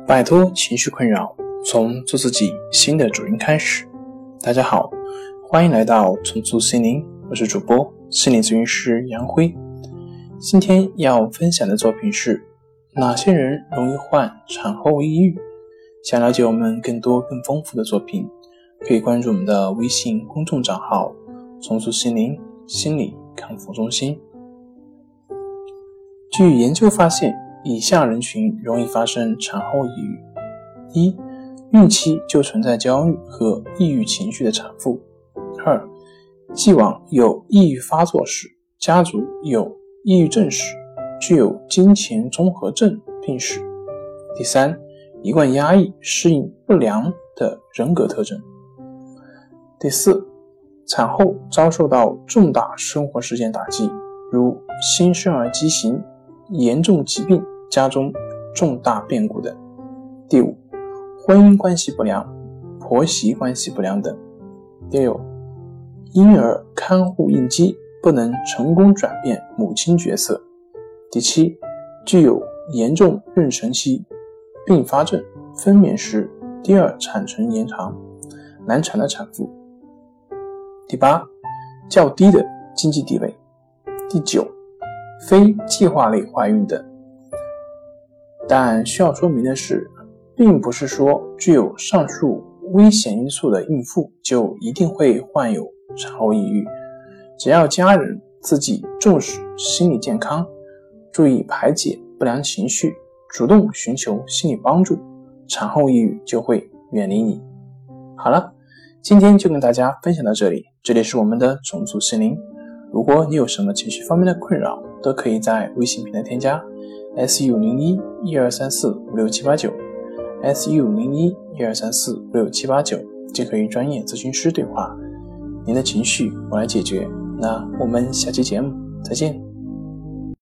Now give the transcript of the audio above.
摆脱情绪困扰，从做自己新的主人开始。大家好，欢迎来到重塑心灵，我是主播心理咨询师杨辉。今天要分享的作品是哪些人容易患产后抑郁。想了解我们更多更丰富的作品，可以关注我们的微信公众账号重塑心灵心理康复中心。据研究发现，以下人群容易发生产后抑郁：一、孕期就存在焦虑和抑郁情绪的产妇；二、既往有抑郁发作史，家族有抑郁症史，具有金钱综合症病史；第三，一贯压抑、适应不良的人格特征；第四，产后遭受到重大生活事件打击，如新生儿畸形、严重疾病、家中重大变故等；第五，婚姻关系不良、婆媳关系不良等；第六，婴儿看护应激，不能成功转变母亲角色；第七，具有严重妊娠期并发症，分娩时第二产程延长，难产的产妇；第八，较低的经济地位；第九，非计划类怀孕等。但需要说明的是，并不是说具有上述危险因素的孕妇就一定会患有产后抑郁。只要家人自己重视心理健康，注意排解不良情绪，主动寻求心理帮助，产后抑郁就会远离你。好了，今天就跟大家分享到这里，这里是我们的重塑心灵。如果你有什么情绪方面的困扰，都可以在微信平台添加 SU0112345679 SU0112345679，就可以专业咨询师对话。您的情绪我来解决。那我们下期节目再见。